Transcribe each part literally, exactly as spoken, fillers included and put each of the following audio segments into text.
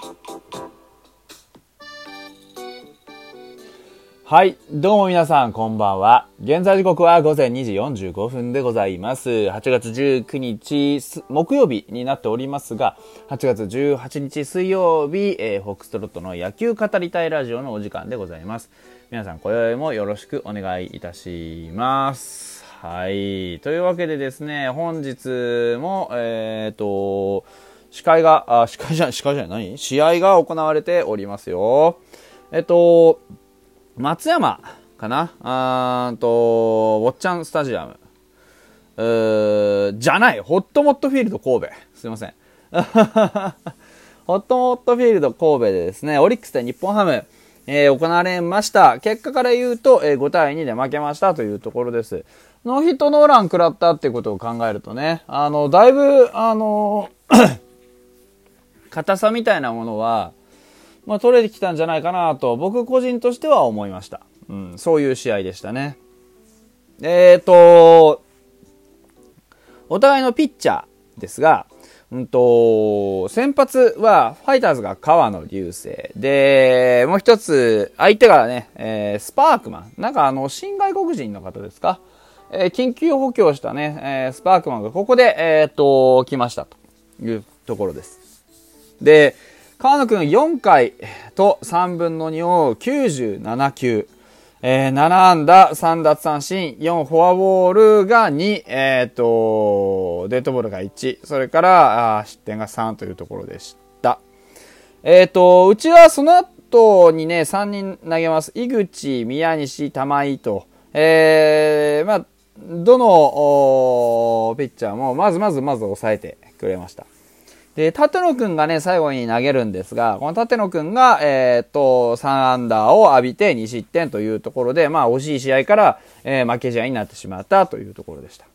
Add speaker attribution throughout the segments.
Speaker 1: はい、どうも皆さんこんばんは。現在時刻はごぜんにじよんじゅうごふんでございます。はちがつじゅうくにち木曜日になっておりますが、はちがつじゅうはちにち水曜日、えー、フォックストロットの野球語りたいラジオのお時間でございます。皆さん今宵もよろしくお願いいたします。はい、というわけでですね、本日もえっと司会があ司会じゃ司会じゃない試合が行われておりますよ。えっと松山かなあーと、ウォッチャンスタジアム。うーじゃない、ホットモットフィールド神戸。すいません。ホットモットフィールド神戸でですね、オリックス対日本ハム、えー、行われました。結果から言うと、えー、ごたいにで負けましたというところです。ノーヒットノーラン食らったっていうことを考えるとね、あの、だいぶ、あの、硬さみたいなものは、まあ、取れてきたんじゃないかなと僕個人としては思いました、うん、そういう試合でしたね。えーとお互いのピッチャーですが、うんと先発はファイターズが川野流星で、もう一つ相手がね、えー、スパークマン、なんかあの新外国人の方ですか、えー、緊急補強したね、えー、スパークマンがここでえーと来ましたというところです。で川野くんよんかいとさんぶんのにをきゅうじゅうななきゅう、えー、ななあんださんだつさんしんよんフォアボールがに、えー、とデッドボールがいち、それからあ失点がさんというところでした。えー、とうちはその後にねさんにん投げます。井口、宮西、玉井と、えー、まあどのピッチャーもまずまずまず抑えてくれました。で、立野くんがね、最後に投げるんですが、この立野くんが、えー、っと、さんアンダーを浴びてにしってんというところで、まあ、惜しい試合から、えー、負け試合になってしまったというところでした。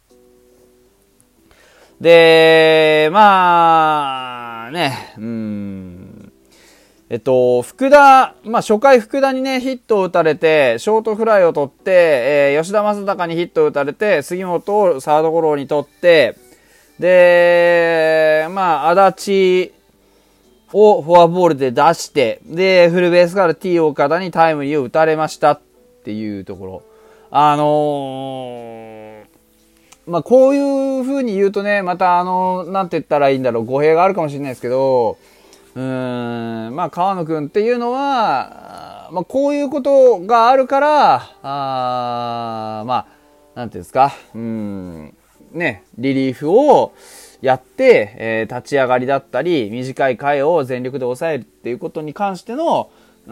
Speaker 1: で、まあ、ね、うーん、えっと、福田、まあ、初回福田にね、ヒットを打たれて、ショートフライを取って、えー、吉田正尚にヒットを打たれて、杉本をサードゴロに取って、で、まあ、足立をフォアボールで出して、で、フルベースから T 岡田にタイムリーを打たれましたっていうところ。あのー、まあ、こういう風に言うとね、またあの、なんて言ったらいいんだろう、語弊があるかもしれないですけど、うーん、まあ、川野くんっていうのは、まあ、こういうことがあるから、あまあ、なんていうんですか、うーん、ね、リリーフをやって、えー、立ち上がりだったり短い回を全力で抑えるっていうことに関しての、うん、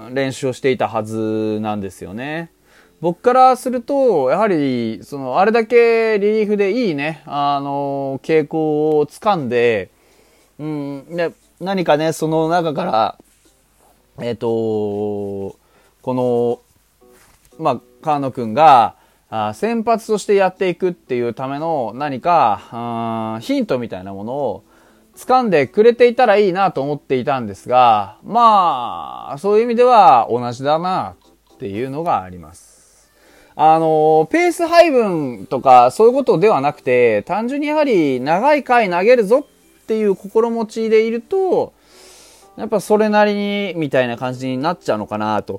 Speaker 1: 練習をしていたはずなんですよね。僕からするとやはりそのあれだけリリーフでいいね、あの傾向をつかんで、うん、ね、何かねその中からえっとこのまあ川野くんが先発としてやっていくっていうための何かヒントみたいなものを掴んでくれていたらいいなと思っていたんですが、まあそういう意味では同じだなっていうのがあります。あのペース配分とかそういうことではなくて、単純にやはり長い回投げるぞっていう心持ちでいるとやっぱそれなりにみたいな感じになっちゃうのかなと。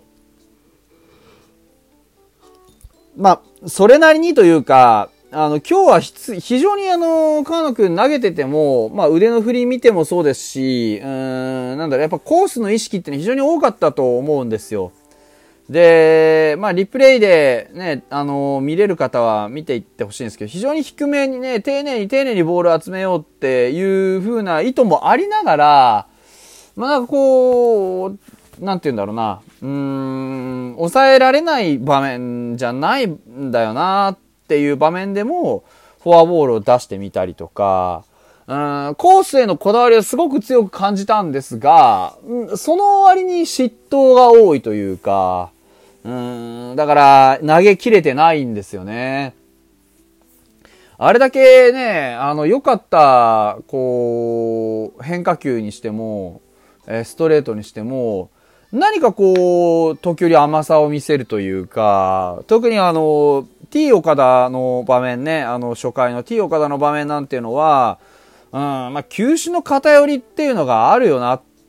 Speaker 1: まあ、それなりにというか、あの、今日は非常にあの、川野くん投げてても、まあ腕の振り見てもそうですし、うーん、なんだろう、やっぱコースの意識って、ね、非常に多かったと思うんですよ。で、まあリプレイでね、あの、見れる方は見ていってほしいんですけど、非常に低めにね、丁寧に丁寧にボールを集めようっていう風な意図もありながら、まあなんかこう、なんて言うんだろうな、うーん、抑えられない場面じゃないんだよなっていう場面でもフォアボールを出してみたりとか、うーん、コースへのこだわりをすごく強く感じたんですが、その割に失投が多いというか、うーん、だから投げ切れてないんですよね。あれだけね、あの良かったこう変化球にしても、ストレートにしても。何かこう、時折甘さを見せるというか、特にあの、T 岡田の場面ね、あの、初回の T 岡田の場面なんていうのは、うん、まあ、球種の偏りっていうのがあるよなっ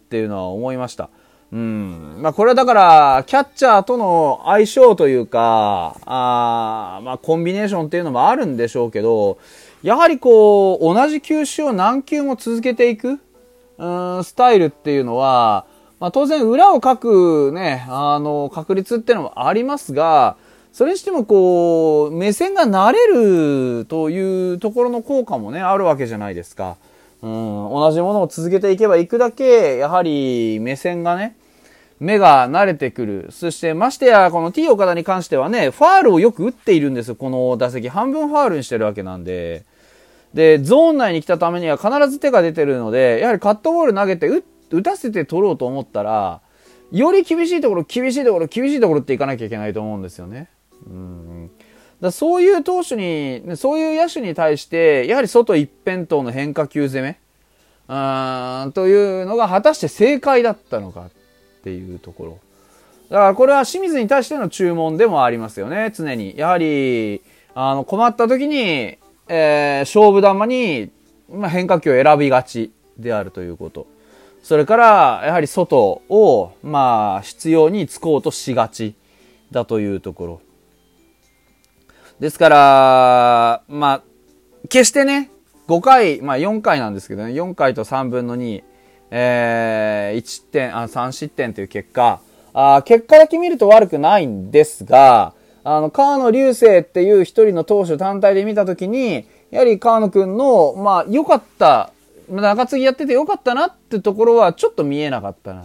Speaker 1: っていうのは思いました。うん。まあ、これはだから、キャッチャーとの相性というか、あまあ、コンビネーションっていうのもあるんでしょうけど、やはりこう、同じ球種を何球も続けていく、うん、スタイルっていうのは、まあ、当然裏をかくね、あの、確率っていうのもありますが、それにしてもこう、目線が慣れるというところの効果もね、あるわけじゃないですか。うん、同じものを続けていけばいくだけ、やはり目線がね、目が慣れてくる。そしてましてや、この T 岡田に関してはね、ファールをよく打っているんですよ、この打席。半分ファールにしてるわけなんで。で、ゾーン内に来たためには必ず手が出てるので、やはりカットボール投げて打、打たせて取ろうと思ったら、より厳しいところ、厳しいところ、厳しいところっていかなきゃいけないと思うんですよね。うん。だそういう投手に、そういう野手に対して、やはり外一辺倒の変化球攻め、うーん、というのが果たして正解だったのかっていうところ。だからこれは清水に対しての注文でもありますよね、常に。やはり、あの、困った時に、えー、勝負球に、まあ、変化球を選びがちであるということ。それから、やはり外を、まあ、必要につこうとしがちだというところ。ですから、まあ、決してね、ごかい、まあよんかいなんですけどね、よんかいとさんぶんのに、えー、いちしってん、あ、さんしってんという結果、あ結果だけ見ると悪くないんですが、あの、川野流星っていう一人の投手単体で見たときに、やはり川野くんの、まあ、良かった、中継ぎやってて良かったなってところはちょっと見えなかったな。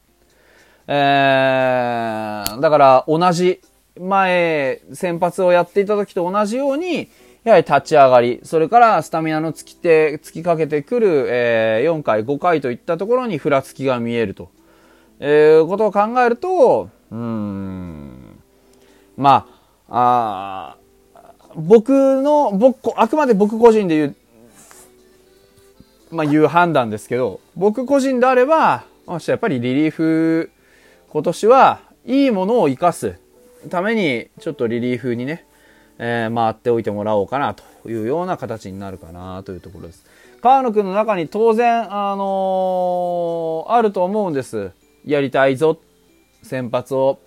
Speaker 1: えー、だから同じ、前、先発をやっていた時と同じように、やはり立ち上がり、それからスタミナのつきて、つきかけてくる、えー、よんかい、ごかいといったところにふらつきが見えると。えー、ことを考えると、うーん、まあ、あ僕の、僕、あくまで僕個人で言う、まあ言う判断ですけど、僕個人であれば、やっぱりリリーフ、今年はいいものを生かすために、ちょっとリリーフにね、えー、回っておいてもらおうかなというような形になるかなというところです。川野くんの中に当然、あのー、あると思うんです。やりたいぞ、先発を。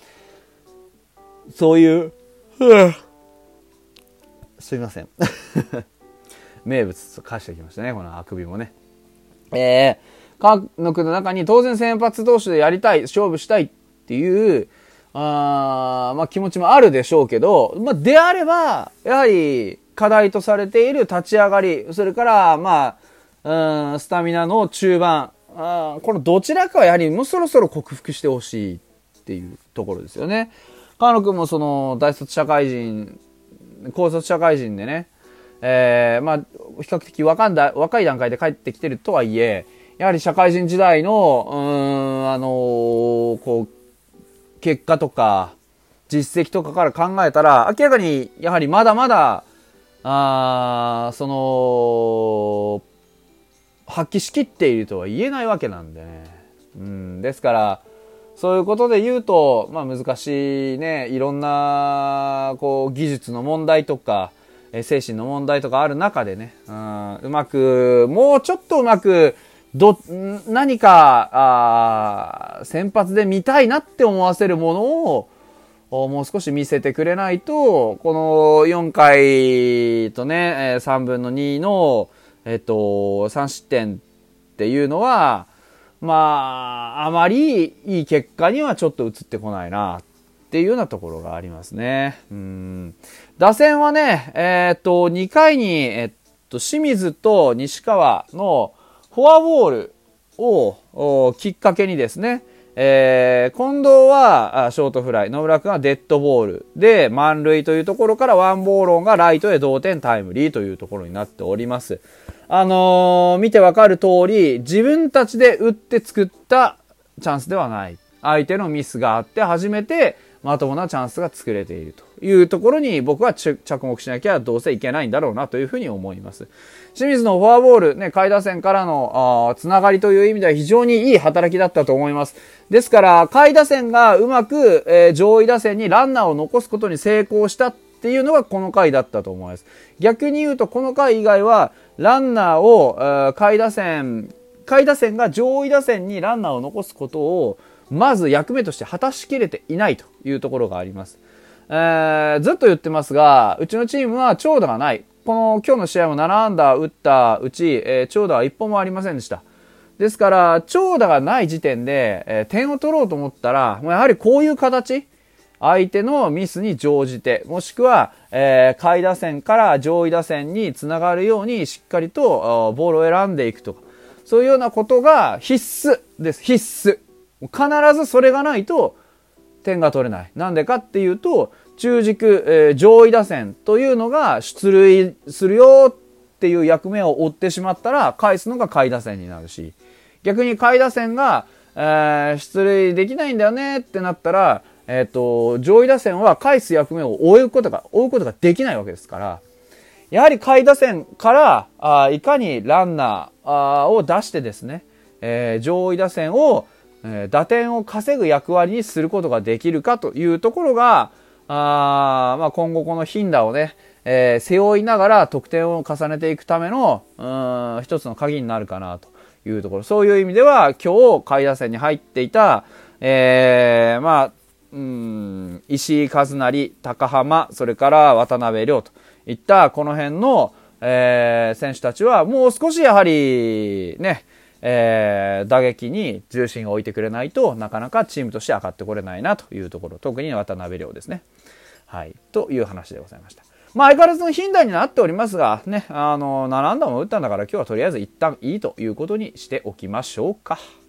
Speaker 1: そういう、すいません。名物と化してきましたね、このあくびもね。えー、川野くんの中に当然先発投手でやりたい、勝負したいっていう、あまあ気持ちもあるでしょうけど、まあであれば、やはり課題とされている立ち上がり、それからまあ、うん、スタミナの中盤、あこのどちらかはやはりもうそろそろ克服してほしいっていうところですよね。川野くんもその大卒社会人、高卒社会人でね、えー、まあ比較的若んだ若い段階で帰ってきてるとはいえ、やはり社会人時代の、うーん、あのー、こう、結果とか実績とかから考えたら明らかにやはりまだまだあその発揮しきっているとは言えないわけなんでね、うん、ですからそういうことで言うと、まあ、難しいね、いろんなこう技術の問題とか精神の問題とかある中でね、うん、うまくもうちょっとうまくど、何か、あ先発で見たいなって思わせるものを、もう少し見せてくれないと、このよんかいとね、さんぶんのにの、えっと、さんしってんっていうのは、まあ、あまりいい結果にはちょっと移ってこないな、っていうようなところがありますね。うん。打線はね、えっと、にかいに、えっと、清水と西川の、フォアボールをきっかけにですね、えー、近藤はショートフライ、野村君はデッドボールで満塁というところからワンボーロンがライトへ同点タイムリーというところになっております。あのー、見てわかる通り、自分たちで打って作ったチャンスではない。相手のミスがあって初めてまともなチャンスが作れているというところに僕は着目しなきゃどうせいけないんだろうなというふうに思います。清水のフォアボール、ね、下位打線からのつながりという意味では非常にいい働きだったと思います。ですから、下位打線がうまく、えー、上位打線にランナーを残すことに成功したっていうのがこの回だったと思います。逆に言うとこの回以外はランナーを、えー、下位打線下位打線が上位打線にランナーを残すことを、まず役目として果たしきれていないというところがあります。えー、ずっと言ってますが、うちのチームは長打がない。この今日の試合もななアンダー打ったうち、えー、長打はいっぽんもありませんでした。ですから、長打がない時点で、えー、点を取ろうと思ったら、もうやはりこういう形、相手のミスに乗じて、もしくは、えー、下位打線から上位打線につながるようにしっかりとボールを選んでいくとか、そういうようなことが必須です。必須。必ずそれがないと点が取れない。なんでかっていうと、中軸、えー、上位打線というのが出塁するよっていう役目を負ってしまったら、返すのが下位打線になるし、逆に下位打線が、えー、出塁できないんだよねってなったら、えっと、上位打線は返す役目を追うことが、追うことができないわけですから、やはり下位打線から、あいかにランナーあを出してですね、えー、上位打線を、えー、打点を稼ぐ役割にすることができるかというところが、あまあ、今後この頻打をね、えー、背負いながら得点を重ねていくための、うん、一つの鍵になるかなというところ。そういう意味では、今日下位打線に入っていた、えー、まあ、うん、石井一成、高浜、それから渡辺亮といったこの辺の、えー、選手たちはもう少しやはりね、えー、打撃に重心を置いてくれないとなかなかチームとして上がってこれないなというところ、特に渡辺亮ですね。はい、という話でございました。まあ相変わらずの頻打になっておりますがね、あのなな安打も打ったんだから今日はとりあえず一旦いいということにしておきましょうか。